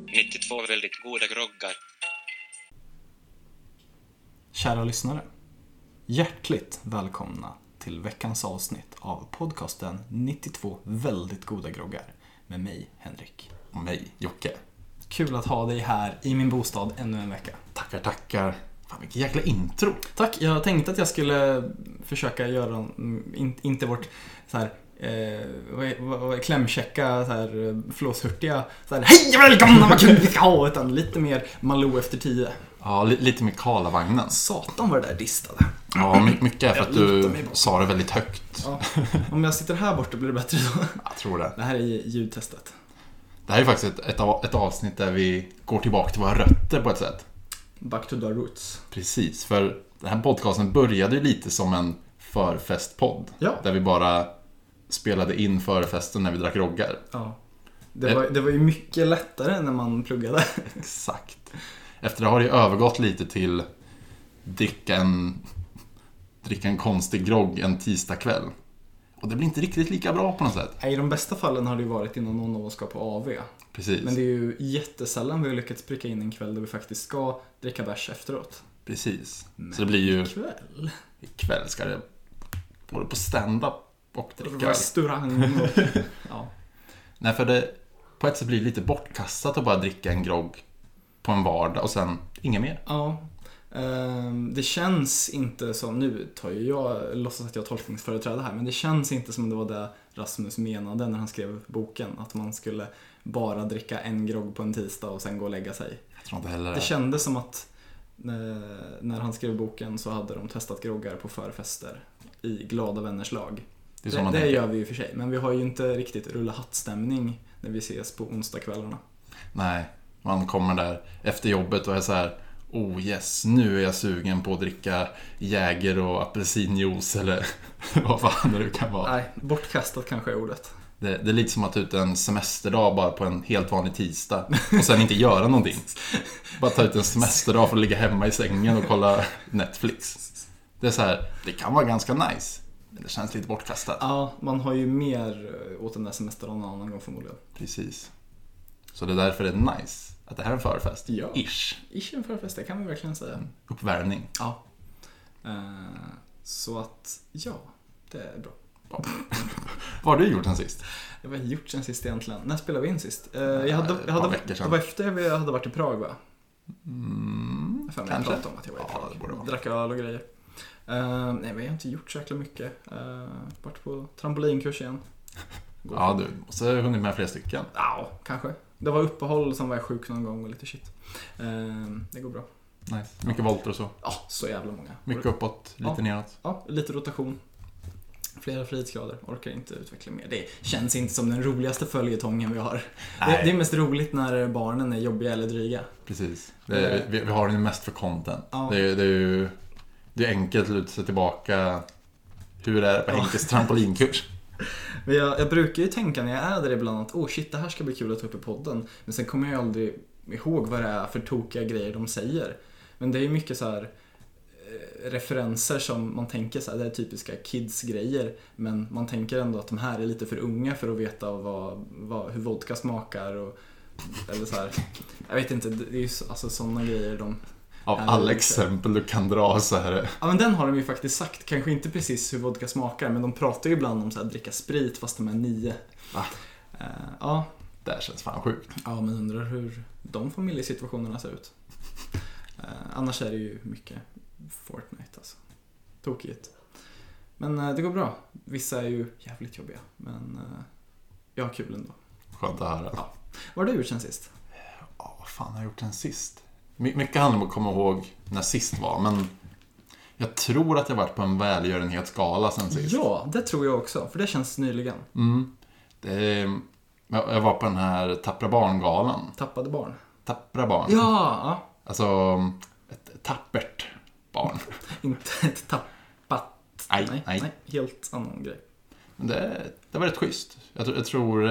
92 väldigt goda groggar. Kära lyssnare, hjärtligt välkomna till veckans avsnitt av podcasten 92 väldigt goda groggar med mig, Henrik. Och mig, Jocke. Kul att ha dig här i min bostad ännu en vecka. Tackar. Fan, vilket jäkla intro. Tack, jag tänkte att jag skulle försöka göra inte vårt så här klämchecka, så här flåshurtiga, så här hej välkomna, vad kul vi ska ha, utan lite mer Malou efter 10. Ja, lite med Karlavagnen. Satan vad det där distade. Ja, mycket är för att du sa det väldigt högt. Ja. Om jag sitter här borta blir det bättre då. Jag tror det. Det här är ljudtestet. Det här är faktiskt ett avsnitt där vi går tillbaka till våra rötter på ett sätt. Back to the roots. Precis, för den här podcasten började ju lite som en förfestpodd. Ja. Där vi bara spelade in förfesten när vi drack groggar. Ja. Det var ju mycket lättare när man pluggade. Exakt. Efter det har det övergått lite till dricka en konstig grogg en tisdagkväll. Och det blir inte riktigt lika bra på något sätt. I de bästa fallen har det ju varit innan någon av oss ska på AV. Precis. Men det är ju jättesällan vi har lyckats pricka in en kväll där vi faktiskt ska dricka bärs efteråt. Precis. Men så det blir ju ikväll ska det både på stand-up och dricka. Restaurang och, ja. Nej, för det på ett sätt blir det lite bortkastat att bara dricka en grogg på en vardag och sen inget mer. Ja. Det känns inte som, nu tar ju jag låtsas att jag har tolkningsföreträde här, men det känns inte som det var det Rasmus menade när han skrev boken, att man skulle bara dricka en grogg på en tisdag och sen gå och lägga sig. Jag tror inte heller det kändes som att när han skrev boken så hade de testat groggar på förfester i glada vänners lag. Det gör vi ju för sig, men vi har ju inte riktigt rulla hattstämning när vi ses på onsdagskvällarna. Nej, man kommer där efter jobbet och är så här: oh yes, nu är jag sugen på att dricka Jäger och apelsinjuice eller vad fan det kan vara. Nej, bortkastat kanske är ordet. Det är lite som att ta ut en semesterdag bara på en helt vanlig tisdag och sen inte göra någonting. Bara ta ut en semesterdag för att ligga hemma i sängen och kolla Netflix. Det är så här, det kan vara ganska nice, men det känns lite bortkastat. Ja, man har ju mer åt den där semesterdagen en annan gång förmodligen. Precis. Så det är därför det är nice att det här är en förfest. Ja. Ish En förfest, det kan man verkligen säga. Uppvärmning. Ja. Så att, ja, det är bra. Vad har du gjort sen sist? Vad har jag gjort sen sist egentligen? När spelade vi in sist? Ett par veckor sedan. Det var efter vi hade varit i Prag, va? Kanske. Jag pratade om att jag var i Prag. Ja, drack öl och grejer. Nej, men jag har inte gjort så jäkla mycket. Varit på trampolinkurs igen. Ja, du måste ha hunnit med flera stycken. Ja, kanske. Det var uppehåll som var jag sjuk någon gång och lite shit. Det går bra. Nice. Mycket volter och så. Ja, så jävla många. Mycket uppåt, lite neråt. Ja, lite rotation. Flera frihetsgrader. Orkar inte utveckla mer. Det känns inte som den roligaste följetongen vi har. Det är mest roligt när barnen är jobbiga eller dryga. Precis. Vi har den ju mest för content. Ja. Det är enkelt att luta sig tillbaka. Hur är det på Henkes trampolinkurs? Men jag brukar ju tänka när jag är där ibland att shit, det här ska bli kul att ta upp i podden. Men sen kommer jag aldrig ihåg vad det är för tokiga grejer de säger. Men det är ju mycket så här referenser som man tänker så här, det är typiska kids-grejer, men man tänker ändå att de här är lite för unga för att veta hur vodka smakar eller så här. Jag vet inte, det är ju alltså sådana grejer de av alla exempel du kan dra så här. Ja, men den har de ju faktiskt sagt, kanske inte precis hur vodka smakar, men de pratar ju ibland om så här dricka sprit fast de är 9. Ja, det känns fan sjukt. Ja, men undrar hur de familjesituationerna ser ut. Annars är det ju mycket Fortnite alltså. Tokigt. Men det går bra. Vissa är ju jävligt jobbiga, men jag har kul ändå. Skönt att höra. Ja. Vad har du gjort sen sist? Ja, vad fan har jag gjort sen sist? Mycket handlar om att komma ihåg när sist var, men jag tror att jag varit på en välgörenhetsgala sen sist. Ja, det tror jag också, för det känns nyligen. Jag var på den här Tappra barngalan. Tappade barn? Tappra barn. Ja. Alltså ett tappert barn. Inte ett tappat. Nej. Helt annan grej. Men det var rätt schysst. Jag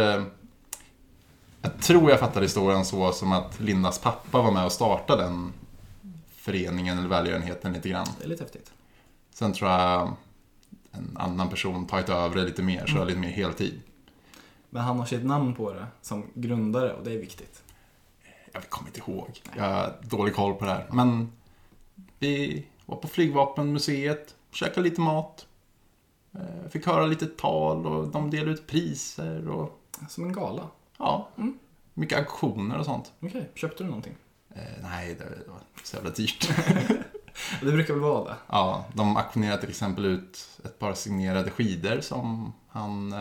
tror jag fattade historien så som att Lindas pappa var med och startade den föreningen eller välgörenheten lite grann. Det är lite häftigt. Sen tror jag en annan person tagit över det lite mer, så lite mer heltid. Men han har sitt namn på det som grundare och det är viktigt. Jag kommer inte ihåg. Jag har dålig koll på det här. Men vi var på Flygvapenmuseet, käkade lite mat. Fick höra lite tal och de delade ut priser. Och... Som en gala? Ja, mycket auktioner och sånt. Okej, köpte du någonting? Nej, det var så jävla dyrt. Det brukar väl vara det? Ja, de auktionerade till exempel ut ett par signerade skidor som han...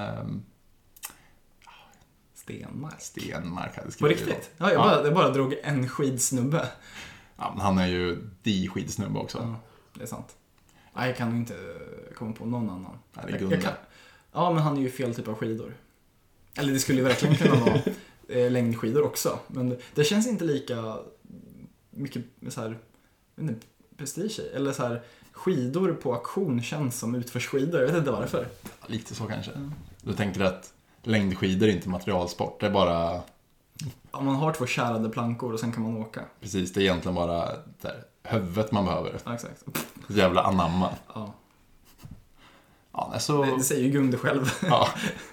Stenmark hade skrivit. På riktigt? Ja, jag bara drog en skidsnubbe. Ja, men han är ju skidsnubbe också. Ja, det är sant. Nej, jag kan nog inte komma på någon annan. Ja, det är Gunde. Ja, men han är ju fel typ av skidor. Eller det skulle ju verkligen kunna vara längdskidor också. Men det känns inte lika mycket så här, prestige. Eller så här, skidor på auktion känns som utförsskidor. Jag vet inte varför. Lite så kanske. Du tänker att längdskidor är inte materialsport. Det är bara... Ja, man har 2 kärrade plankor och sen kan man åka. Precis, det är egentligen bara där huvudet man behöver. Ja, exakt. Jävla anamma. Ja. Ja, så... Det säger ju Gunde själv. Ja.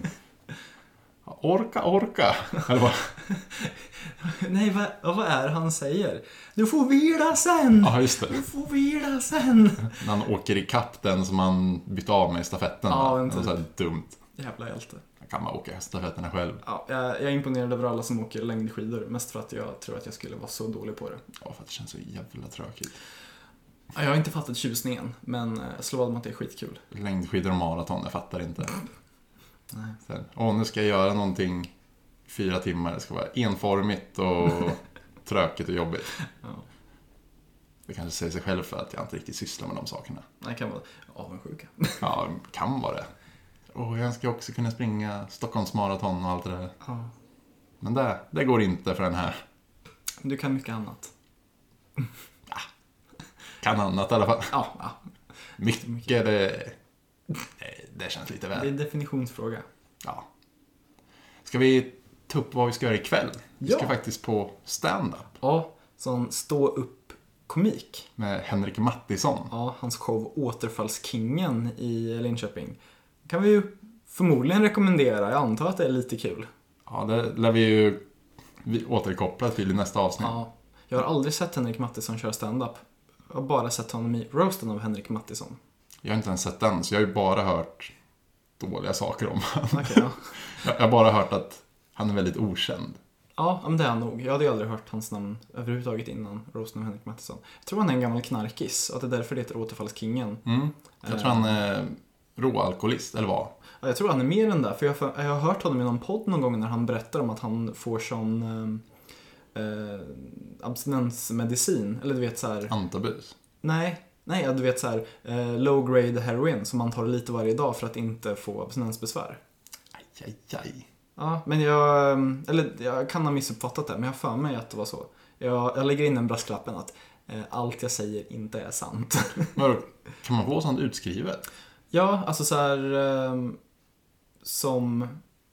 Orka. Eller vad? Nej, vad är han säger? Du får vila sen! Ja, just det. Du får vila sen! När han åker i kapp den som han bytte av med i stafetten. Ja, det är så här dumt. Jävla hjälte. Jag kan bara åka stafetterna själv. Ja, jag är imponerad över alla som åker längdskidor. Mest för att jag tror att jag skulle vara så dålig på det. Ja, för att det känns så jävla tråkigt. Ja, jag har inte fattat tjusningen, men slå vad om att det är skitkul. Längdskidor och maraton, jag fattar inte. Nej. Sen, nu ska jag göra någonting 4 timmar. Det ska vara enformigt och tråkigt och jobbigt. Ja. Det kanske säger sig själv för att jag inte riktigt sysslar med de sakerna. Det kan vara avundsjuka. Ja, kan vara det. Och jag ska också kunna springa Stockholms maraton och allt det där. Ja. Men det går inte för den här. Du kan mycket annat. Kan annat i alla fall. Ja. Mycket, det känns lite väl. Det är en definitionsfråga. Ja. Ska vi ta upp vad vi ska göra ikväll? Vi ska Ja. faktiskt på stand-up. Ja, sån stå-upp-komik. Med Henrik Mattisson. Ja, hans show Återfallskingen i Linköping. Kan vi ju förmodligen rekommendera. Jag antar att det är lite kul. Ja, det lär vi ju återkoppla till i nästa avsnitt. Ja, jag har aldrig sett Henrik Mattisson köra stand-up. Jag har bara sett honom i roasten av Henrik Mattisson. Jag har inte ens sett den, så jag har ju bara hört dåliga saker om honom. Okay, ja. Jag har bara hört att han är väldigt okänd. Ja, men det är han nog. Jag hade ju aldrig hört hans namn överhuvudtaget innan roasten av Henrik Mattisson. Jag tror han är en gammal knarkis och att det är därför det heter Återfallskingen. Jag tror han är råalkoholist, eller vad? Ja, jag tror han är mer än det, för jag har hört honom i någon podd någon gång när han berättar om att han får sån abstinensmedicin, eller du vet så här. Antabus? Nej, du vet så här low grade heroin som man tar lite varje dag för att inte få abstinensbesvär. Aj. Ja, men jag kan ha missuppfattat det, men jag har för mig att det var så. Jag lägger in en brasklappen att allt jag säger inte är sant. Kan man få sånt utskrivet? Ja, alltså så här som...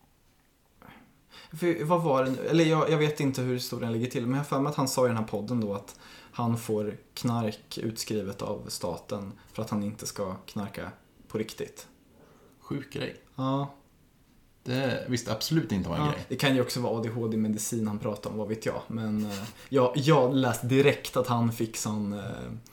Vad var det nu? Eller jag vet inte hur historien ligger till, men jag har för mig att han sa i den här podden då att han får knark utskrivet av staten för att han inte ska knarka på riktigt. Sjuk grej. Ja. Det visste absolut inte var en grej. Det kan ju också vara ADHD-medicin han pratar om, vad vet jag. Men jag läste direkt att han fick sån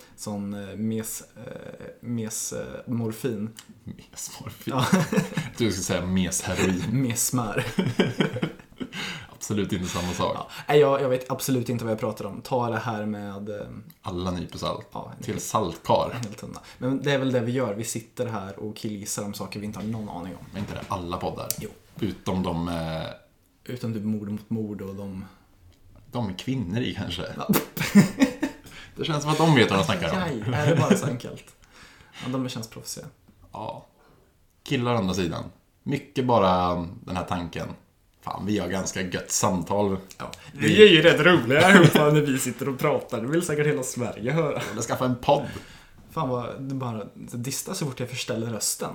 mesmorfin. Mesmorfin? Ja. Du ska säga mesheroin. Mesmär. Absolut inte samma sak. Ja. Jag vet absolut inte vad jag pratar om. Ta det här med... Alla nyper salt. Ja, till saltkar. Helt tunna. Men det är väl det vi gör. Vi sitter här och killgissar om saker vi inte har någon aning om. Men inte det alla poddar? Jo. Utom de... Utom typ mord mot mord och de... De är kvinnor i kanske. Ja. Det känns som att de vet vad de snackar om. Nej, är det bara så enkelt? Ja, de känns proffsiga. Ja. Killar å andra sidan. Mycket bara den här tanken. Fan, vi har ganska gött samtal. Ja. Vi är ju rätt roliga ihop när vi sitter och pratar. Det vill säkert hela Sverige höra. Eller skaffa en podd. Fan vad du bara distar så fort jag förställer rösten.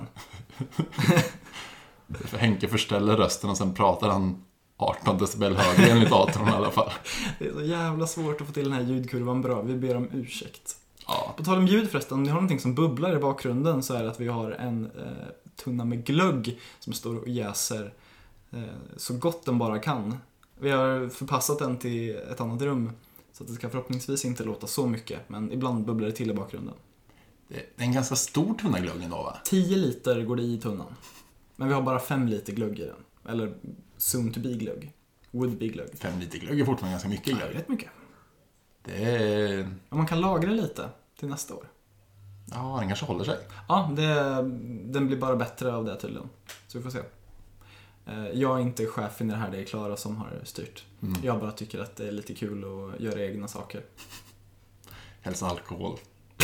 För Henke förställer rösten och sen pratar han 18 decibel högre enligt datorn i alla fall. Det är så jävla svårt att få till den här ljudkurvan bra. Vi ber om ursäkt. Ja. På tal om ljud förresten, om ni har någonting som bubblar i bakgrunden så är det att vi har en tunna med glögg som står och jäser så gott den bara kan. Vi har förpassat den till ett annat rum så att det ska förhoppningsvis inte låta så mycket, men ibland bubblar det till i bakgrunden. Det är en ganska stor tunna glögg ändå, va? 10 liter går det i tunnan. Men vi har bara 5 liter glögg i den. Eller soon to be glögg. Would be glögg. 5 liter glögg är fortfarande ganska mycket glögg. Ja, rätt mycket. Det är... Ja, man kan lagra lite till nästa år. Ja, den kanske håller sig. Ja, den blir bara bättre av det tydligen. Så vi får se. Jag är inte chef i det här, det är Klara som har styrt. Jag bara tycker att det är lite kul att göra egna saker. Hälsa alkohol.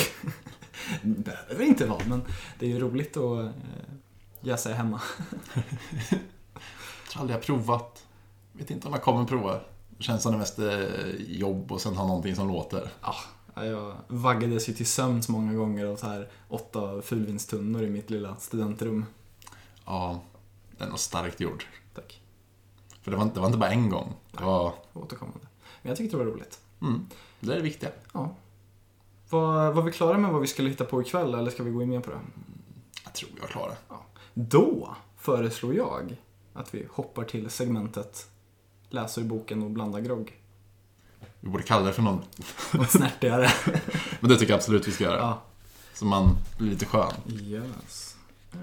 Det behöver inte vara, men det är ju roligt att jäsa hemma. Jag tror aldrig jag provat. Vet inte om jag kommer prova. Det känns som det mest jobb och sen ha någonting som låter. Ja, jag vaggades ju till sömns många gånger av så här 8 fulvinstunnor i mitt lilla studentrum. Ja, den var starkt gjord. Tack. För det var inte bara en gång. Det var... Återkommande. Men jag tyckte det var roligt. Det är det viktiga. Ja. Var vi klara med vad vi skulle hitta på ikväll, eller ska vi gå in mer på det? Jag tror jag klarar. Ja. Då föreslår jag att vi hoppar till segmentet läser i boken och blandar grogg. Vi borde kalla det för något snärtigare. Men det tycker jag absolut vi ska göra. Ja. Så man blir lite skön. Yes.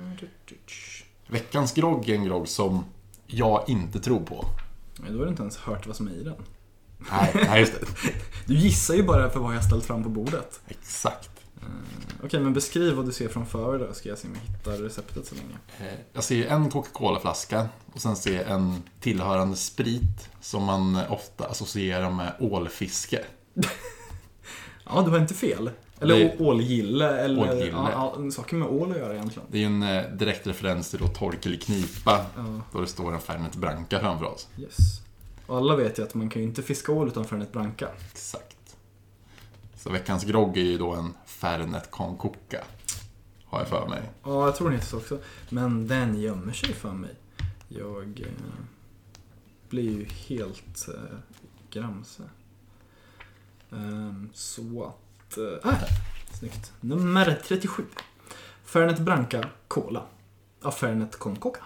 Veckans grogg är en grogg som jag inte tror på. Men då har du inte ens hört vad som är i den. Nej, just det. Du gissar ju bara för vad jag ställt fram på bordet. Exakt. Okej, men beskriv vad du ser framför dig. Ska jag se om jag hittar receptet så länge. Jag ser en Coca-Cola-flaska och sen ser jag en tillhörande sprit som man ofta associerar med ålfiske. Ja, du har inte fel. Eller ålgille. Eller ålgille. Ja, saker med ål att göra egentligen. Det är ju en direkt referens till då Torkel i knipa. Då det står en Fernet Branca framför oss. Yes. Och alla vet ju att man kan ju inte fiska ål utan Fernet Branca. Exakt. Så veckans grogg är ju då en Fernet con Coca. Har jag för mig. Ja, jag tror det heter så också. Men den gömmer sig för mig. Jag blir ju helt gramse. Så att... snyggt. Nummer 37. Fernet Branca Cola. Ja, Fernet con Coca.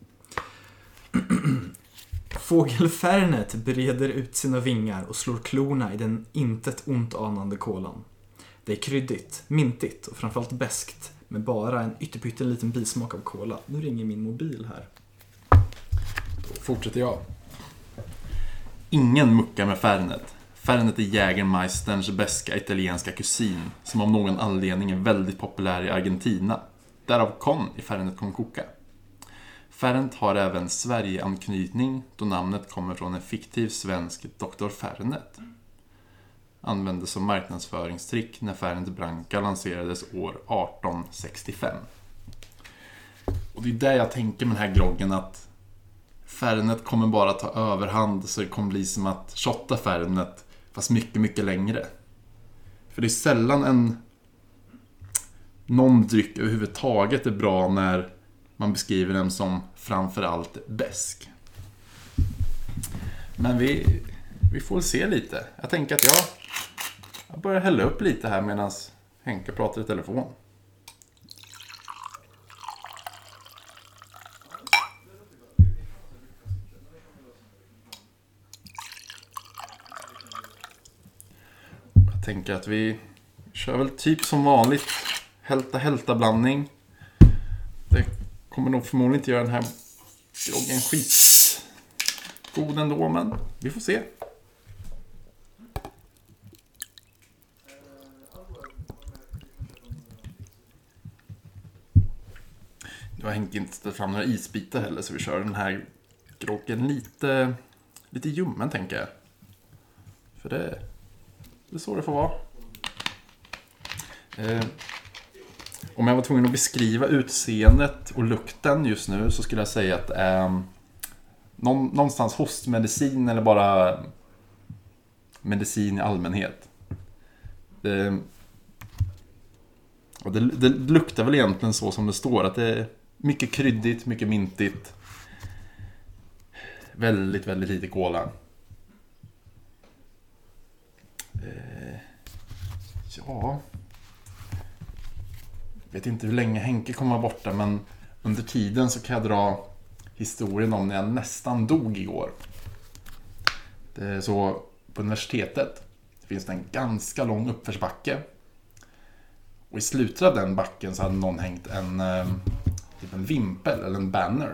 Fågelfernet breder ut sina vingar och slår klorna i den intet ont anande kolan. Det är kryddigt, mintigt och framförallt beskt med bara en ytterpytten liten bismak av kola. Nu ringer min mobil här. Då fortsätter jag. Ingen muckar med Fernet. Fernet är Jägermeisterns beska italienska kusin som av någon anledning är väldigt populär i Argentina. Därav con i Fernet con Coca. Fernet har även Sverige-anknytning då namnet kommer från en fiktiv svensk Dr. Fernet. Användes som marknadsföringstrick när Fernet Branca lanserades år 1865. Och det är där jag tänker med den här groggen att Fernet kommer bara ta överhand så det kommer bli som att shotta Fernet fast mycket, mycket längre. För det är sällan någon dryck överhuvudtaget är bra när man beskriver den som framförallt besk. Men vi får se lite. Jag tänker att jag börjar hälla upp lite här medan Henke pratar i telefon. Jag tänker att vi kör väl typ som vanligt hälta blandning. Det kommer nog förmodligen inte göra den här groggen skitgod ändå, men vi får se. Jag har inte ställt fram några isbitar heller, så vi kör den här groggen lite ljummen, tänker jag. För det är så det får vara. Om jag var tvungen att beskriva utseendet och lukten just nu så skulle jag säga att någonstans hostmedicin eller bara medicin i allmänhet. Det luktar väl egentligen så som det står, att det är mycket kryddigt, mycket mintigt. Väldigt, väldigt lite kola. Ja... Jag vet inte hur länge Henke kommer vara borta, men under tiden så kan jag dra historien om när jag nästan dog igår. Det är så på universitetet finns det en ganska lång uppförsbacke. Och i slutet av den backen så hade någon hängt typ en vimpel eller en banner.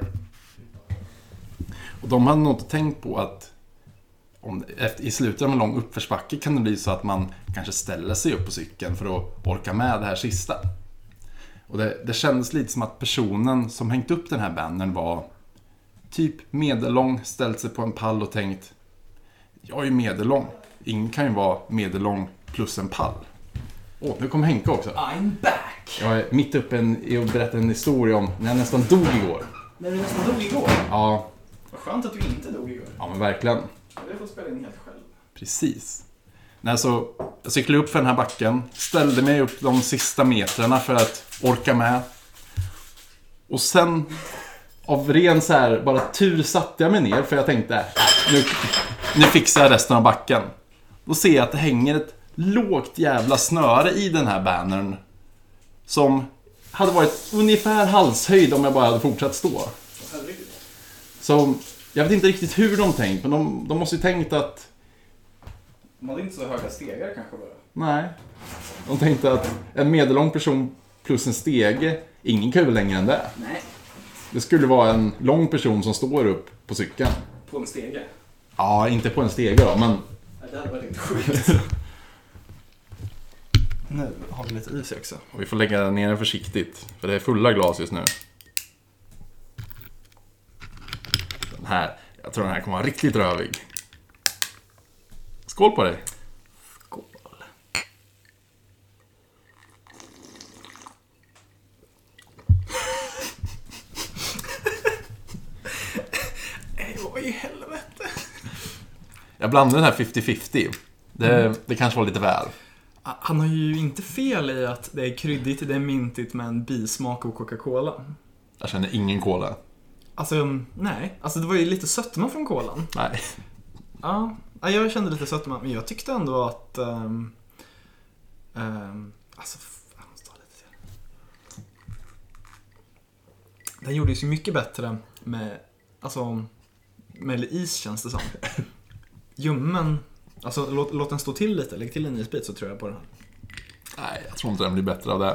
Och de hade nog inte tänkt på att i slutet av en lång uppförsbacke kan det bli så att man kanske ställer sig upp på cykeln för att orka med det här sista. Och det kändes lite som att personen som hängt upp den här bannern var typ medellång, ställt sig på en pall och tänkt: jag är ju medellång. Ingen kan ju vara medellång plus en pall. Nu kommer Henke också. I'm back! Jag är mitt uppe i att berätta en historia om när jag nästan dog igår. När du nästan dog igår? Ja. Vad skönt att du inte dog igår. Ja, men verkligen. Jag får spela in helt själv. Precis. Så jag cyklade upp för den här backen, ställde mig upp de sista metrarna för att orka med. Och sen av ren så här bara tur satte jag mig ner, för jag tänkte nu fixar jag resten av backen. Då ser jag att det hänger ett lågt jävla snöre i den här bannern som hade varit ungefär halshöjd om jag bara hade fortsatt stå. Så jag vet inte riktigt hur de tänkt, men de måste ju tänkt att de hade inte så höga stegar kanske bara. nej. De tänkte att en medellång person plus en stege, ingen kan ju längre än det. Nej. Det skulle vara en lång person som står upp på cykeln. På en stege? Ja, inte på en stege då, men Det hade varit lite sjukt. Nu har vi lite is också. och vi får lägga den ner försiktigt, för det är fulla glas just nu. Jag tror den här kommer vara riktigt rövig. Skål på dig. Skål. Vad i helvete? Jag blandade den här 50-50. Det kanske var lite väl. Han har ju inte fel i att det är kryddigt, det är mintigt med en bismak och Coca-Cola. Jag känner ingen cola. Alltså, nej. Alltså det var ju lite sötma från kolan. Nej. Ja, jag kände lite sötma. Men jag tyckte ändå att alltså, jag måste ta lite till. Den gjorde ju så mycket bättre med is, känns det som. Ljummen. Alltså låt den stå till lite. Lägg till en isbit så tror jag på den här. Nej, jag tror inte den blir bättre av det.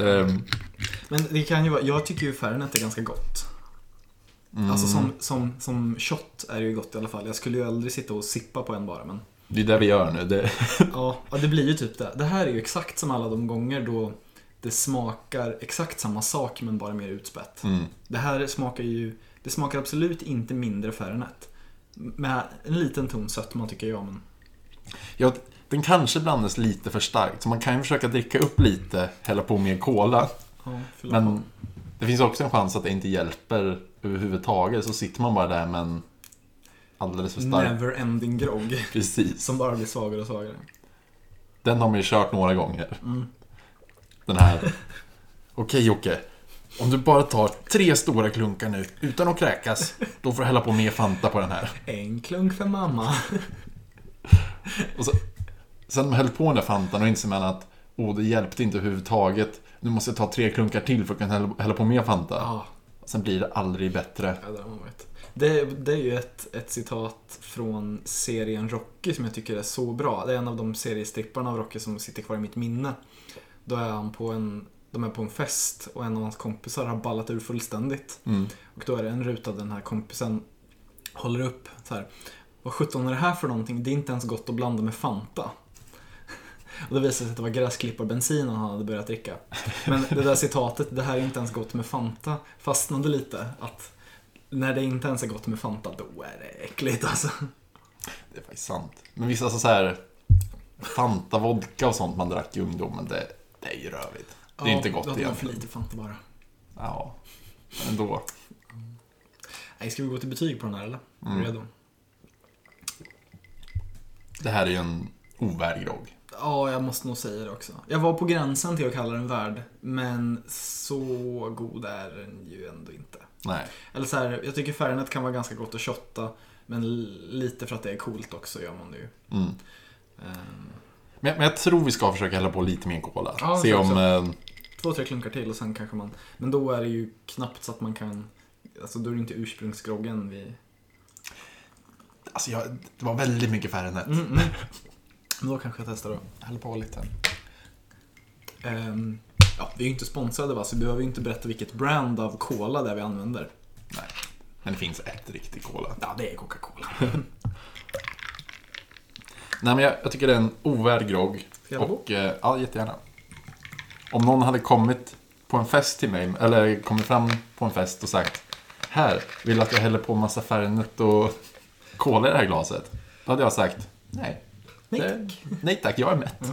Men det kan ju vara, jag tycker ju Fernet är ganska gott. Alltså som shot är det ju gott i alla fall. Jag skulle ju aldrig sitta och sippa på en bara, men Det är det vi gör nu. ja, det blir ju typ det. Det här är ju exakt som alla de gånger då det smakar exakt samma sak men bara mer utspätt. Det här smakar absolut inte mindre Fernet. Med en liten ton sötma tycker jag, men Ja, den kanske blandas lite för starkt. Så man kan ju försöka dricka upp lite, hälla på mer cola. ja, Men det finns också en chans att det inte hjälper överhuvudtaget. Så sitter man bara där med en alldeles för stark. never ending grogg. Precis. Som bara blir svagare och svagare. Den har man ju kört några gånger. Den här. Okej, Jocke. Om du bara tar 3 stora klunkar nu utan att kräkas, då får du hälla på mer Fanta på den här. En klunk för mamma. Och sen man höll på den där Fantan och inser man att det hjälpte inte överhuvudtaget. Nu måste jag ta 3 klunkar till för att kunna hälla på mer Fanta. Ja. Sen blir det aldrig bättre. Ja, det har man vet. Det är ju ett citat från serien Rocky som jag tycker är så bra. Det är en av de seriestripparna av Rocky som sitter kvar i mitt minne. Då är han de är på en fest och en av hans kompisar har ballat ur fullständigt. Och då är det en ruta av den här kompisen håller upp så här: vad 17 är det här för någonting? Det är inte ens gott att blanda med Fanta. Och det visade sig att det var gräsklipparbensin han hade börjat dricka. Men det där citatet, det här är inte ens gott med Fanta, fastnade lite. Att när det inte ens är gott med Fanta, då är det äckligt alltså. Det är faktiskt sant. Men vissa så här Fanta, vodka och sånt man drack i ungdomen, det är ju rövigt. Det är inte gott egentligen. igen. För lite Fanta bara. Ja, men ändå. Nej, ska vi gå till betyg på den här eller? Är du redo? Det här är ju en ovärdig grogg. Ja, jag måste nog säga det också. Jag var på gränsen till att kalla den värd, men så god är den ju ändå inte. Nej. Eller så här, jag tycker Fernet kan vara ganska gott att shotta, men lite för att det är coolt också gör man det ju. Men jag tror vi ska försöka hälla på lite mer cola. Ja, se om 2-3 klunkar till och sen kanske man. Men då är det ju knappt så att man kan. Alltså då är det inte ursprungsgroggen vi. Alltså det var väldigt mycket färre än ett. Men då kanske jag testar då. Jag håller på lite. Ja, vi är ju inte sponsrade, va? Så vi behöver ju inte berätta vilket brand av cola det vi använder. Nej, men det finns ett riktigt cola. Ja, det är Coca-Cola. Nej, men jag tycker det är en ovärd grogg. Och ja, jättegärna. Om någon hade kommit på en fest till mig, eller kommit fram på en fest och sagt: här, vill att jag häller på massa Fernet och cola i det här glaset, då hade jag sagt: nej. Nej tack, jag är mätt.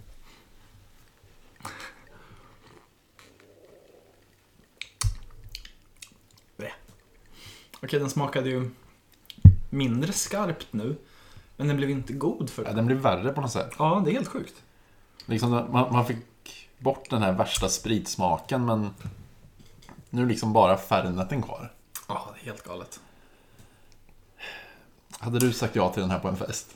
Okej, den smakade ju mindre skarpt nu, men den blev inte god för det. Ja, den blev värre på något sätt. Ja, det är helt sjukt. Liksom, man fick bort den här värsta spritsmaken, men nu är liksom bara Ferneten kvar. Ja, det är helt galet. Hade du sagt ja till den här på en fest?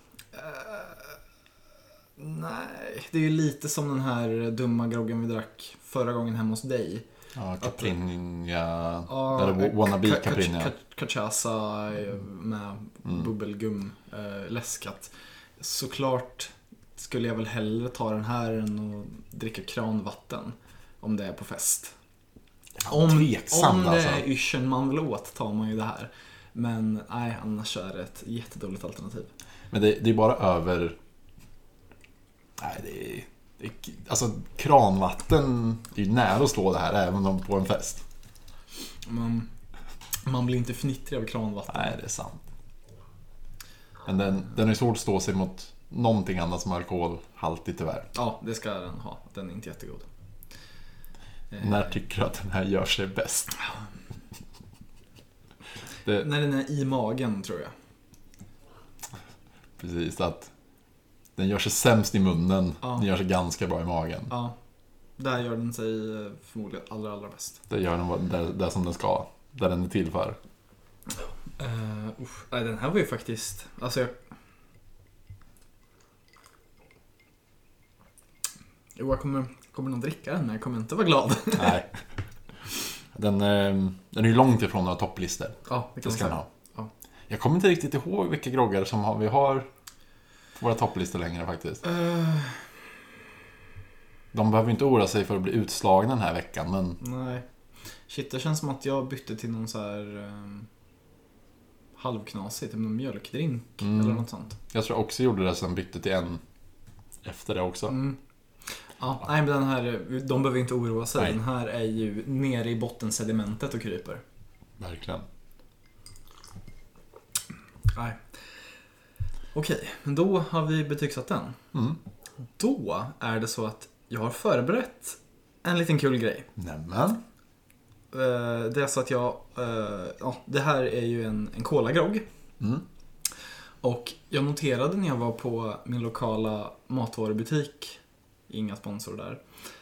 Nej, det är ju lite som den här dumma groggen vi drack förra gången hemma hos dig. Ja, Caprinja, eller wannabe Caprinja. Cachaça med bubbelgum, läskat. Såklart skulle jag väl hellre ta den här än att dricka kranvatten om det är på fest. Om det är yrseln man vill åt tar man ju det här. Men nej, annars är det ett jättedåligt alternativ. Men det är bara över... Nej, alltså kranvatten är ju nära att slå det här även om på en fest. Man blir inte fnittrig av kranvatten. Nej, det är sant. Men den är svårt att stå sig mot någonting annat som alkoholhaltigt tyvärr. Ja, det ska den ha. Den är inte jättegod. När tycker du att den här gör sig bäst? När den är i magen, tror jag. Precis, att den gör sig sämst i munnen. Ja. Den gör sig ganska bra i magen. Ja, där gör den sig förmodligen allra bäst. Det gör den där som den ska. Där den är till för. Den här var ju faktiskt... Alltså jag kommer nog dricka den, men jag kommer inte vara glad. Nej. Den är ju långt ifrån några topplistor. Ja, det ska den ha. Ja. Jag kommer inte riktigt ihåg vilka groggar som vi har på våra topplistor längre faktiskt. De behöver inte oroa sig för att bli utslagna den här veckan, men... Nej. Shit, det känns som att jag bytte till någon så här halvknasigt, typ någon mjölkdrink eller något sånt. Jag tror också gjorde det, sen bytte till en efter det också. Ja, nej, men den här, de behöver inte oroa sig. Nej. Den här är ju nere i bottensedimentet och kryper. Verkligen. Nej. Okej, men då har vi betygsatt den. Då är det så att jag har förberett en liten kul grej. Nämen. Det är så att det här är ju en colagrogg. Och jag noterade när jag var på min lokala matvarubutik, inga sponsor där,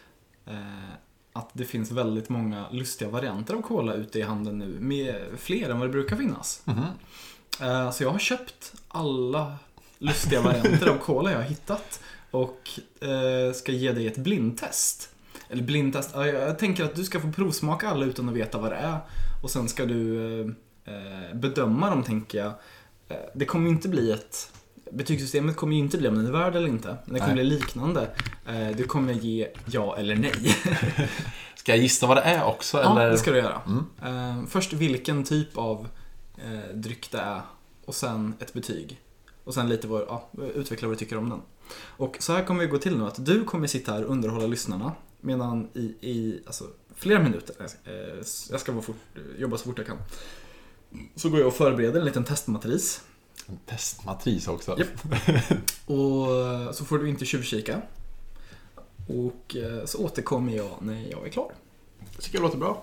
att det finns väldigt många lustiga varianter av cola ute i handeln nu, med fler än vad det brukar finnas. Så jag har köpt alla lustiga varianter av cola jag har hittat och ska ge dig ett blindtest. Eller blindtest, jag tänker att du ska få provsmaka alla utan att veta vad det är. Och sen ska du bedöma dem, tänker jag. Det kommer inte bli betygssystemet kommer ju inte bli om den är värd eller inte. Men det kommer bli liknande. Du kommer ge ja eller nej. Ska jag gissa vad det är också? Ja, eller? Det ska du göra. Först vilken typ av dryck det är. Och sen ett betyg. Och sen lite utveckla vad du tycker om den. Och så här kommer vi gå till nu, att du kommer sitta här och underhålla lyssnarna medan i flera minuter. Jag ska jobba så fort jag kan. Så går jag och förbereder en liten testmatris. En testmatris också? Japp. Och så får du inte tjuvkika. Och så återkommer jag när jag är klar. Det tycker jag låter bra.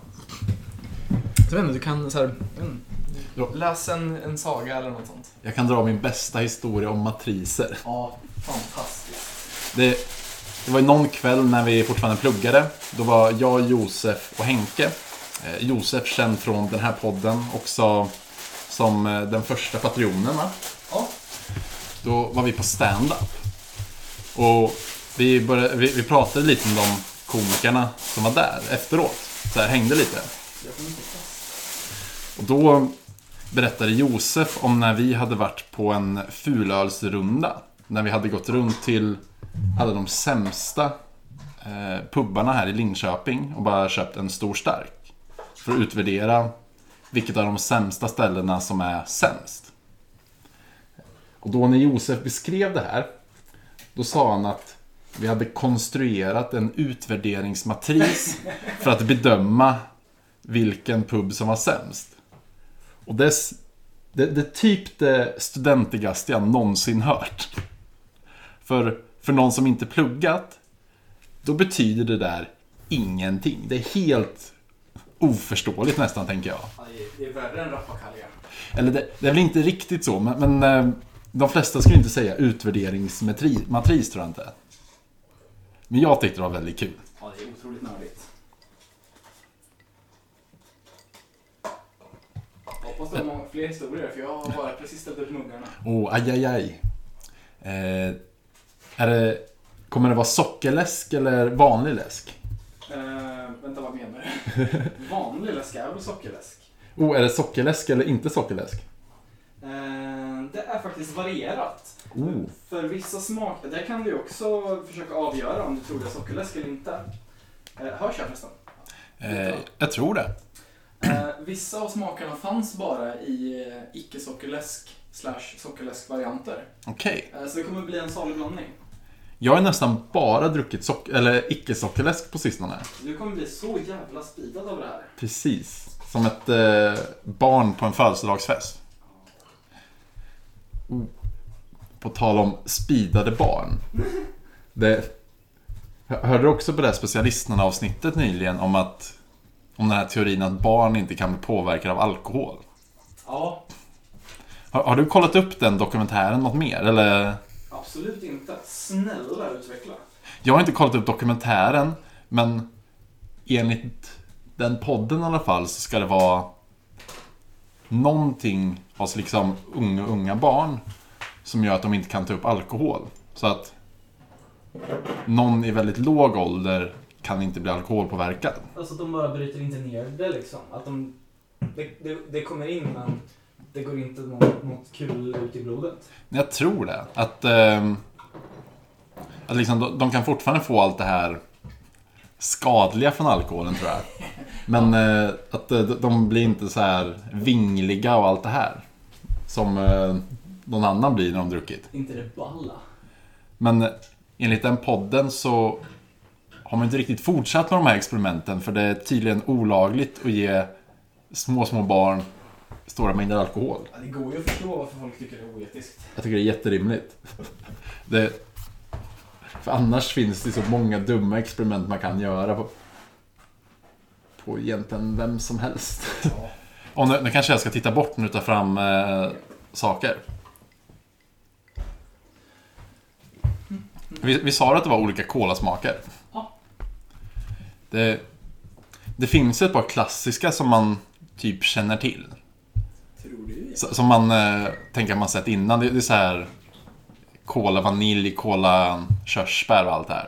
Så vet du kan så här, läs en saga eller något sånt. Jag kan dra min bästa historia om matriser. Ja, fantastiskt. Det var ju någon kväll när vi fortfarande pluggade. Då var jag, Josef och Henke. Josef känd från den här podden också som den första patronen, va? Ja. Då var vi på stand-up. Och vi pratade lite om de komikerna som var där efteråt. Så här hängde lite. Och då berättade Josef om när vi hade varit på en fulölsrunda. När vi hade gått runt till alla de sämsta pubbarna här i Linköping och bara köpt en stor stark. För att utvärdera vilket av de sämsta ställena som är sämst. Och då när Josef beskrev det här, då sa han att vi hade konstruerat en utvärderingsmatris för att bedöma vilken pub som var sämst. Och det är typ det studentigaste jag någonsin hört. För någon som inte pluggat, då betyder det där ingenting. Det är helt oförståeligt nästan, tänker jag. Det är värre än rappakalja. Eller det är väl inte riktigt så, men de flesta skulle inte säga utvärderingsmatris, tror jag inte. Men jag tyckte det var väldigt kul. Ja, det är otroligt nördigt. Hoppas det var fler historier, för jag har bara precis ställt upp muggarna. Aj. Kommer det vara sockerläsk eller vanlig läsk? Vänta, vad menar du? Vanlig läsk är väl sockerläsk? Är det sockerläsk eller inte sockerläsk? Det är faktiskt varierat. För vissa smaker, där kan du också försöka avgöra om du tror det är sockerläsk eller inte. Hörs jag förresten? Jag tror det. Vissa av smakerna fanns bara i icke-sockerläsk / sockerläsk-varianter. Okej. Så det kommer bli en salig blandning. Jag har nästan bara druckit eller icke-sockerläsk på sistone. Du kommer bli så jävla speedad av det här. Precis. Som ett barn på en födelsedagsfest. På tal om speedade barn. Hörde du också på det här specialisterna-avsnittet nyligen om den här teorin att barn inte kan bli påverkade av alkohol? Ja. Har du kollat upp den dokumentären något mer? Eller? Absolut inte. Snälla utveckla. Jag har inte kollat upp dokumentären, men enligt den podden i alla fall så ska det vara någonting hos liksom unga barn som gör att de inte kan ta upp alkohol. Så att någon i väldigt låg ålder kan inte bli alkoholpåverkad. Alltså att de bara bryter inte ner det liksom. Att det kommer in, men det går inte något kul ut i blodet. Jag tror det. Att liksom, de kan fortfarande få allt det här skadliga från alkoholen, tror jag. Men att de blir inte så här vingliga och allt det här som någon annan blir när de druckit. Inte det balla. Men enligt den podden så har man inte riktigt fortsatt med de här experimenten, för det är tydligen olagligt att ge små barn stora mängder alkohol. Ja, det går ju att förstå varför folk tycker det är oetiskt. Jag tycker det är jätterimligt. För annars finns det så många dumma experiment man kan göra på egentligen vem som helst. Ja. Och nu kanske jag ska titta bort och ta fram saker. Vi sa att det var olika kolasmaker. Ja. Det finns ett par klassiska som man typ känner till. Tror du? Som man tänker man sett innan. Det är så här kola vanilj, kola körsbär och allt det här.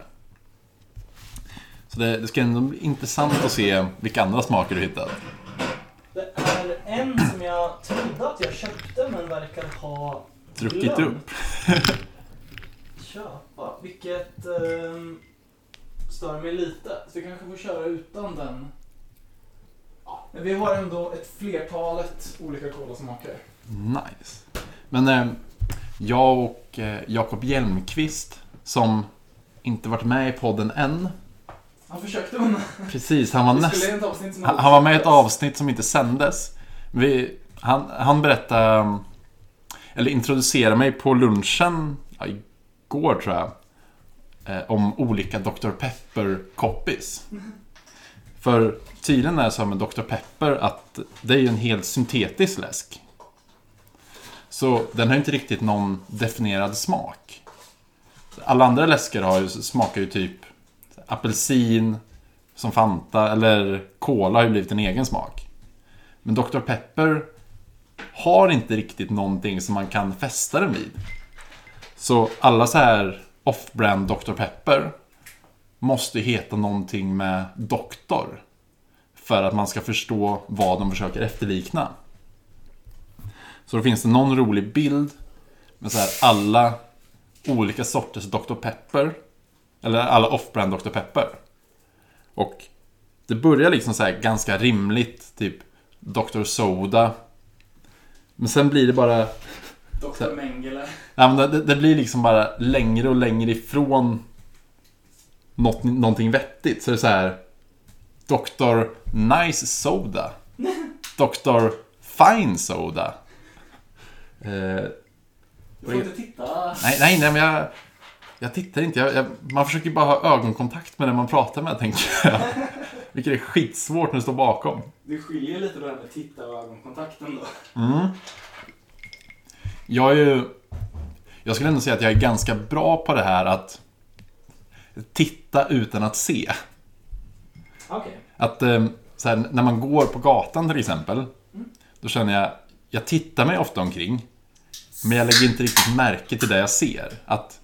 Så det ska ändå bli intressant att se vilka andra smaker du hittar. Det är en som jag trodde att jag köpte men verkar ha druckit upp. Köpa. Vilket stör mig lite. Så vi kanske får köra utan den. Ja, men vi har ändå ett flertalet olika kolasmaker. Nice. Men jag och Jakob Hjelmqvist, som inte varit med i podden än. Han försökte hon. Precis, han var med i ett avsnitt som inte sändes. Han berättade, eller introducerade mig på lunchen igår, tror jag, om olika Dr. Pepper-koppis. För tydligen är det så med Dr. Pepper att det är ju en helt syntetisk läsk. Så den har inte riktigt någon definierad smak. Alla andra läsker smakar ju typ apelsin som Fanta, eller cola har ju blivit en egen smak. Men Dr. Pepper har inte riktigt någonting som man kan fästa den vid. Så alla så här off-brand Dr. Pepper måste heta någonting med doktor för att man ska förstå vad de försöker efterlikna. Så då finns det någon rolig bild med så här alla olika sorters Dr. Pepper. Eller alla off-brand Dr. Pepper. Och det börjar liksom så här ganska rimligt. Typ Dr. Soda. Men sen blir det bara... Dr. Mengele. Ja, men det blir liksom bara längre och längre ifrån någonting vettigt. Så det är så här... Dr. Nice Soda. Dr. Fine Soda. Du får inte titta. Nej, men jag tittar inte. Man försöker bara ha ögonkontakt med den man pratar med, tänker jag. Vilket är skitsvårt när du står bakom. Du skiljer lite då med titta och ögonkontakten då. Jag skulle ändå säga att jag är ganska bra på det här att titta utan att se. Okej. Att så här, när man går på gatan till exempel, då känner jag tittar mig ofta omkring, men jag lägger inte riktigt märke till det jag ser. Att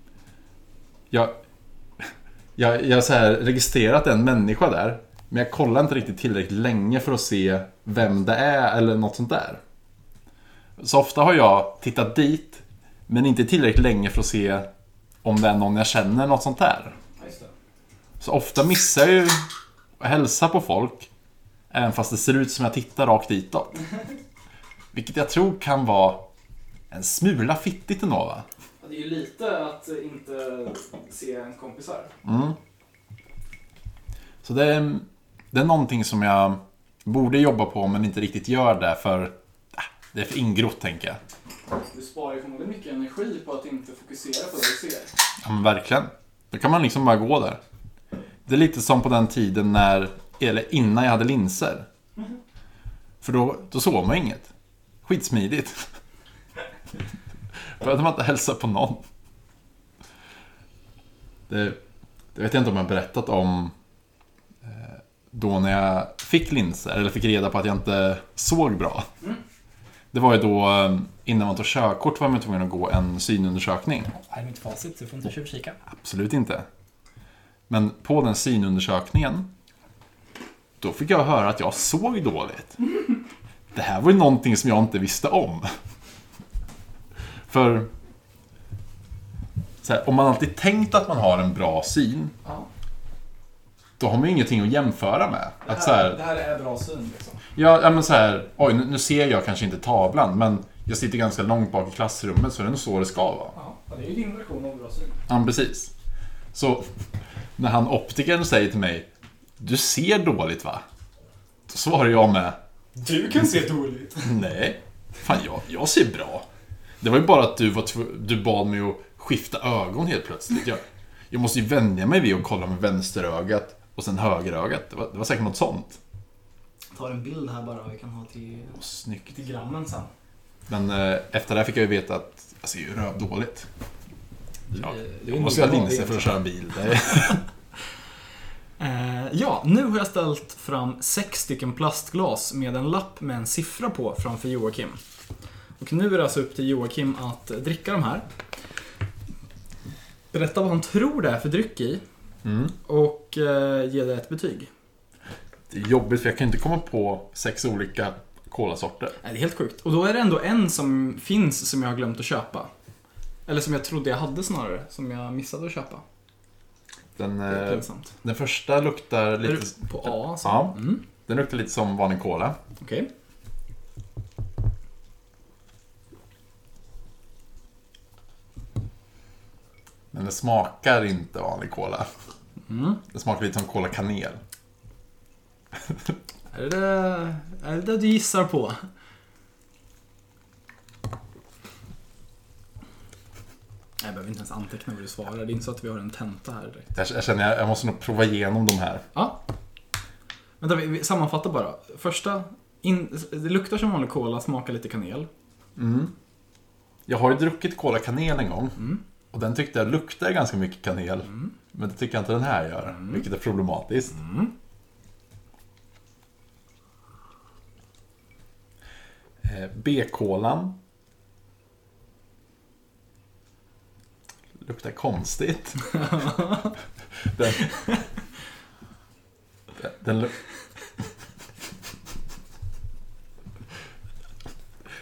jag så här registrerat en människa där, men jag kollar inte riktigt tillräckligt länge för att se vem det är eller något sånt där. Så ofta har jag tittat dit, men inte tillräckligt länge för att se om det är någon jag känner, något sånt där. Så ofta missar jag ju att hälsa på folk, även fast det ser ut som jag tittar rakt ditåt. Vilket jag tror kan vara en smula fittigt ändå, va? Det är ju lite att inte se en kompisar. Så det är någonting som jag borde jobba på, men inte riktigt gör det, för det är för ingrott, tänker jag. Du sparar ju förmodligen mycket energi på att inte fokusera på det du ser. Ja, men verkligen. Då kan man liksom bara gå där. Det är lite som på den tiden innan jag hade linser. För då såg man inget. Skitsmidigt. Behövde man inte hälsa på någon. Det vet jag inte om jag har berättat om då när jag fick linser, eller fick reda på att jag inte såg bra. Det var ju då innan man tog körkort var man tvungen att gå en synundersökning. Det är mitt facit, du får inte tjuvkika. Absolut inte. Men på den synundersökningen, då fick jag höra att jag såg dåligt. Det här var ju någonting som jag inte visste om. För så här, om man alltid tänkt att man har en bra syn, då har man ju ingenting att jämföra med. Det här är bra syn liksom. Ja, men så här, oj, nu ser jag kanske inte tavlan, men jag sitter ganska långt bak i klassrummet, så det är nog så det ska vara. Ja, det är ju din version av bra syn. Ja, precis. Så när han optikern säger till mig, du ser dåligt, va? Då svarar jag med, du kan se dåligt. Nej, fan jag ser bra. Det var ju bara att du bad mig att skifta ögon helt plötsligt. Jag måste ju vänja mig vid att kolla med vänsterögat och sen högerögat. Det var säkert något sånt. Ta en bild här bara, vi kan ha till grammen sen. Men efter det här fick jag ju veta att jag ser ju dåligt. Jag måste ha linser för att köra bil. Ja, nu har jag ställt fram 6 stycken plastglas med en lapp med en siffra på framför Joakim. Och nu är det alltså upp till Joakim att dricka de här. Berätta vad han tror det är för dryck i. Och ge det ett betyg. Det är jobbigt för jag kan inte komma på 6 olika kolasorter. Nej, det är helt sjukt. Och då är det ändå en som finns som jag har glömt att köpa. Eller som jag trodde jag hade snarare, som jag missade att köpa. Den första luktar lite... Är du på A? Så. Ja, den luktar lite som vanlig cola. Okej. Men det smakar inte vanlig cola. Det smakar lite som cola kanel. Är det du gissar på? Jag behöver inte ens anteckna vad du svarar. Det är inte så att vi har en tenta här direkt. Jag känner jag måste nog prova igenom de här. Ja. Vänta, vi sammanfattar bara. Första, det luktar som vanlig cola, smakar lite kanel. Jag har ju druckit cola kanel en gång. Och den tyckte jag luktade ganska mycket kanel. Men det tycker jag inte den här gör. Vilket är problematiskt. B-kolan luktar konstigt.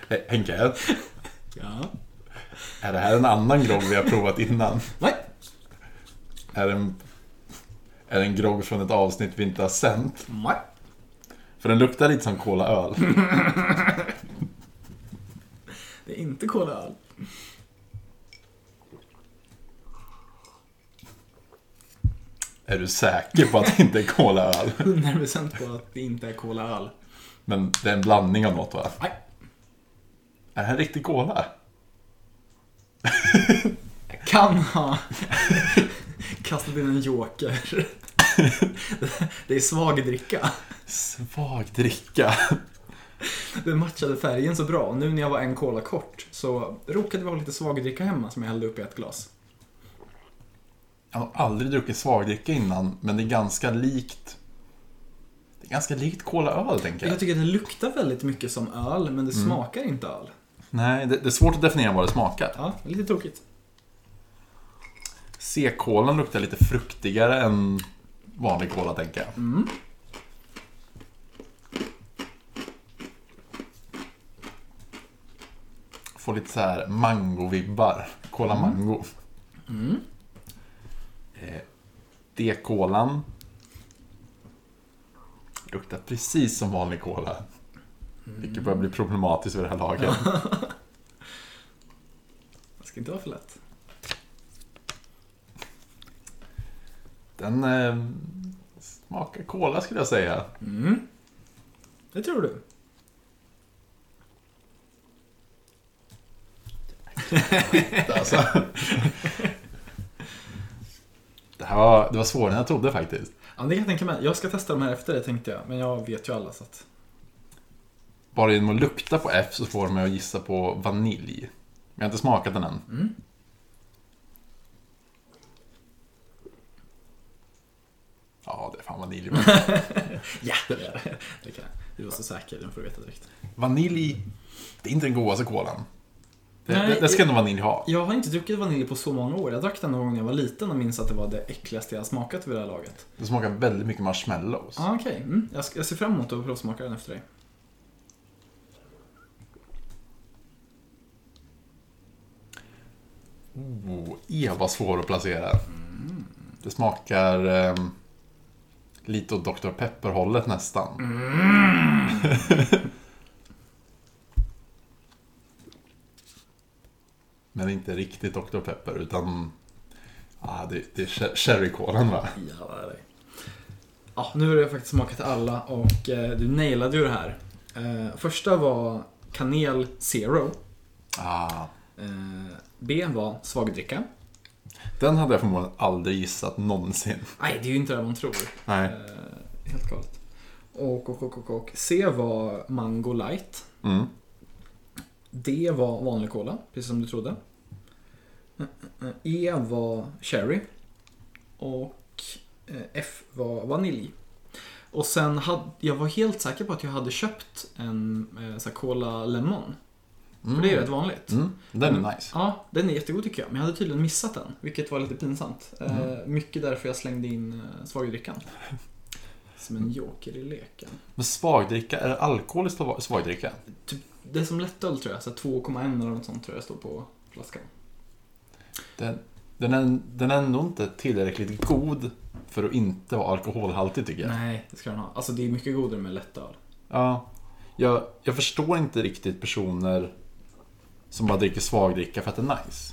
Henke, Ja. är det här en annan grogg vi har provat innan? Nej. Är det en grogg från ett avsnitt vi inte har sänt? Nej. För den luktar lite som Cola-öl. Det är inte Cola-öl. Är du säker på att det inte är Cola-öl? 100% på att det inte är Cola-öl. Men det är en blandning av något, va? Nej. Är det här riktig cola? Jag kan ha kastat in en joker. Det är svagdricka. Svagdricka. Den matchade färgen så bra. Nu när jag var en cola kort så råkade vi ha lite svagdricka hemma som jag hällde upp i ett glas. Jag har aldrig druckit svagdricka innan, men det är ganska likt. Det är ganska likt Cola-öl, tänker jag. Jag tycker att det luktar väldigt mycket som öl, men det smakar inte öl. Nej, det är svårt att definiera vad det smakar. Ja, lite tråkigt. C-kolan luktar lite fruktigare än vanlig cola, tänker jag. Får lite så här mango-vibbar. Cola mango. D-kolan luktar precis som vanlig cola. Vilket börjar bli problematiskt vid det här laget. Det ska inte vara för lätt. Den smakar cola, skulle jag säga. Det tror du. Alltså. Det var svårare än jag trodde faktiskt. Ja, det kan jag tänka mig. Jag ska testa de här efter det, tänkte jag. Men jag vet ju alla, så att... Bara genom att lukta på F så får de mig att gissa på vanilj. Men jag har inte smakat den än. Ja, det är fan vanilj. Ja, det är det. Det kan jag. Du var så säker, den får du veta direkt. Vanilj, det är inte den godaste kolan. Det ska nog vanilj ha. Jag har inte druckit vanilj på så många år. Jag drack den någon gång när jag var liten och minns att det var det äckligaste jag smakat vid det här laget. Det smakar väldigt mycket marshmallows. Ja, okej. Jag ser fram emot att provsmaka den efter dig. Vad svår att placera. Det smakar lite åt Dr. Pepper-hållet nästan. Men inte riktigt Dr. Pepper, utan det är cherry-kolan, va? Ja, det är det. Ja, nu har jag faktiskt smakat alla och du nailade ju det här. Första var kanel zero. B var svagdricka. Den hade jag förmodligen aldrig gissat någonsin. Nej, det är ju inte det man tror. Nej. Helt galet. Och C var mango light. D var vanlig cola, precis som du trodde. E var cherry. Och F var vanilj. Och sen jag var helt säker på att jag hade köpt en cola lemon. För det är rätt vanligt. Den är nice. Ja, den är jättegod tycker jag. Men jag hade tydligen missat den, vilket var lite pinsamt. Mycket därför jag slängde in svagdrickan. Som en joker i leken. Men svagdricka, är det alkoholiskt svagdricka? Typ, det är som lättöl tror jag. Så 2,1 eller något sånt tror jag står på flaskan. Den är nog inte tillräckligt god för att inte vara alkoholhaltig, tycker jag. Nej, det ska den ha. Alltså det är mycket godare med lättöl. Ja, jag förstår inte riktigt personer som bara dricker svagdricka för att det är nice.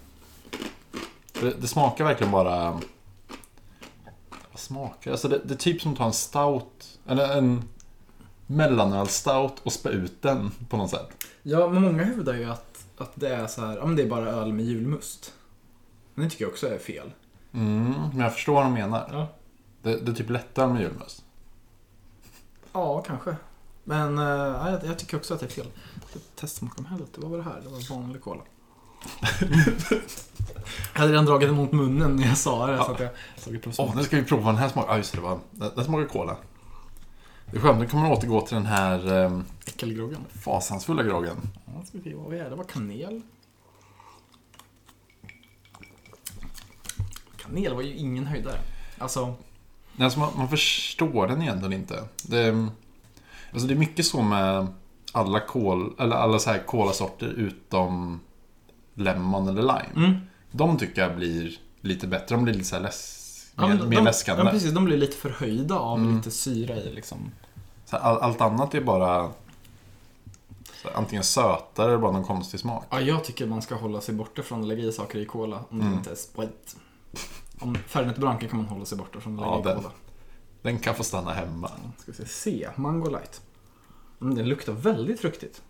Det smakar verkligen bara... Vad smakar? Alltså det är typ som att ta en stout, eller en mellanölstout och spä ut den på något sätt. Ja, men många hävdar ju att det är så här, ja men det är bara öl med julmust. Men det tycker jag också är fel. Men jag förstår vad de menar. Ja. Det är typ lättöl med julmust. Ja, kanske. Men jag tycker också att det är fel. Testsmaka de här lite. Vad var det här? Det var vanlig cola. Jag hade redan dragit emot munnen när jag sa det. Så att jag nu ska vi prova den här smaken. Just det, den smakar cola. Det är skönt, nu kommer jag återgå till den här äckelgroggen. Fasansfulla groggen. Ja, ska vi se vad är det? Det var kanel. Kanel var ju ingen höjdare. Alltså man förstår den egentligen inte. Det är mycket så med alla så här kolasorter utom lemon eller lime. De tycker jag blir lite bättre. De blir lite så här mer läskande. Ja, precis. De blir lite förhöjda av lite syra i liksom. Så allt annat är bara antingen sötare eller bara någon konstig smak. Ja, jag tycker man ska hålla sig borta från att lägga i saker i cola om det inte är sprit. Om Fernet Branca kan man hålla sig borta från att lägga i cola. Den kan få stanna hemma. Ska vi se, Mango Light. Den luktar väldigt fruktigt.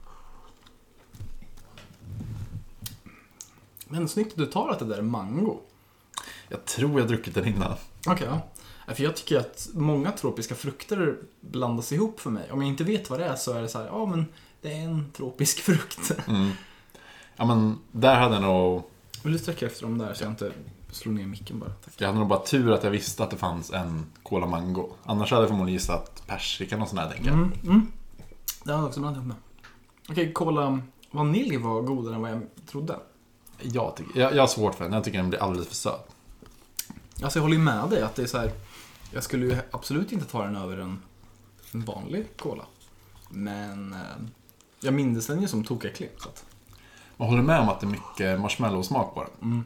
Men snyggt du tar att det där är mango. Jag tror jag druckit den innan. Okej, ja. För jag tycker att många tropiska frukter blandas ihop för mig. Om jag inte vet vad det är så är det så här, ja men det är en tropisk frukt. Ja men där hade jag nog... Vill du sträcka efter dem där så jag inte slår ner micken bara? Tack. Jag hade nog bara tur att jag visste att det fanns en Cola Mango. Annars hade jag förmodligen gissat persika och sån här, tänker jag. Det hade jag också blandat ihop med. Okej, Cola Vanilj var godare än vad jag trodde. Jag har svårt för den. Jag tycker den blir alldeles för söt. Alltså jag håller ju med dig att det är så här. Jag skulle ju absolut inte ta den över en vanlig cola. Men jag minns den ju som tokäcklig. Man håller med om att det är mycket marshmallow-smak på den.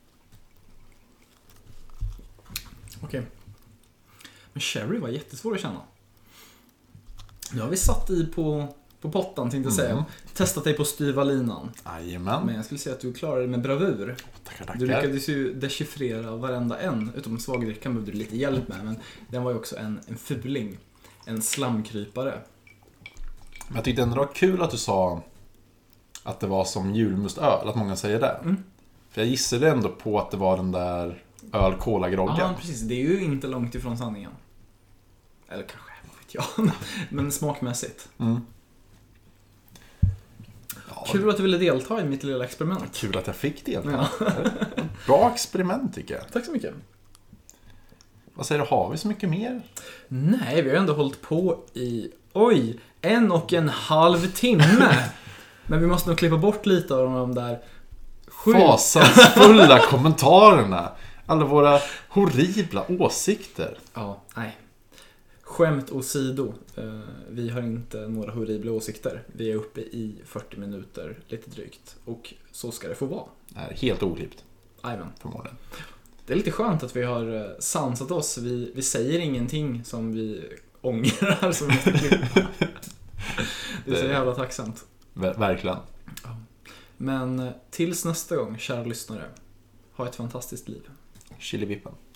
Okej. Men sherry var jättesvår att känna. Nu har vi satt i på pottan, tänkte jag säga. Testat dig på styva linan. Jajamän. Men jag skulle säga att du klarade det med bravur. Tackar. Du lyckades ju dechiffrera varenda en. Utom svagdrickan behövde du lite hjälp med. Men den var ju också en fuling. En slamkrypare. Men jag tyckte ändå det var kul att du sa att det var som julmustöl. Att många säger det. För jag gissade ändå på att det var den där öl-cola-groggen. Ja, precis. Det är ju inte långt ifrån sanningen. Eller kanske, vet jag. Men smakmässigt. Ja, kul att du ville delta i mitt lilla experiment. Kul att jag fick delta. Ja. Bra experiment tycker jag. Tack så mycket. Vad säger du, har vi så mycket mer? Nej, vi har ändå hållit på i 1,5 timme. Men vi måste nog klippa bort lite av de där fasansfulla kommentarerna. Alla våra horribla åsikter. Ja, nej. Skämt åsido. Vi har inte några horribla åsikter. Vi är uppe i 40 minuter, lite drygt. Och så ska det få vara. Det här är helt oklippt. Amen. Förmodligen. Det är lite skönt att vi har sansat oss. Vi säger ingenting som vi ångrar. Som vi det är så jävla tacksamt. Verkligen. Ja. Men tills nästa gång, kära lyssnare. Ha ett fantastiskt liv. Chilivippen.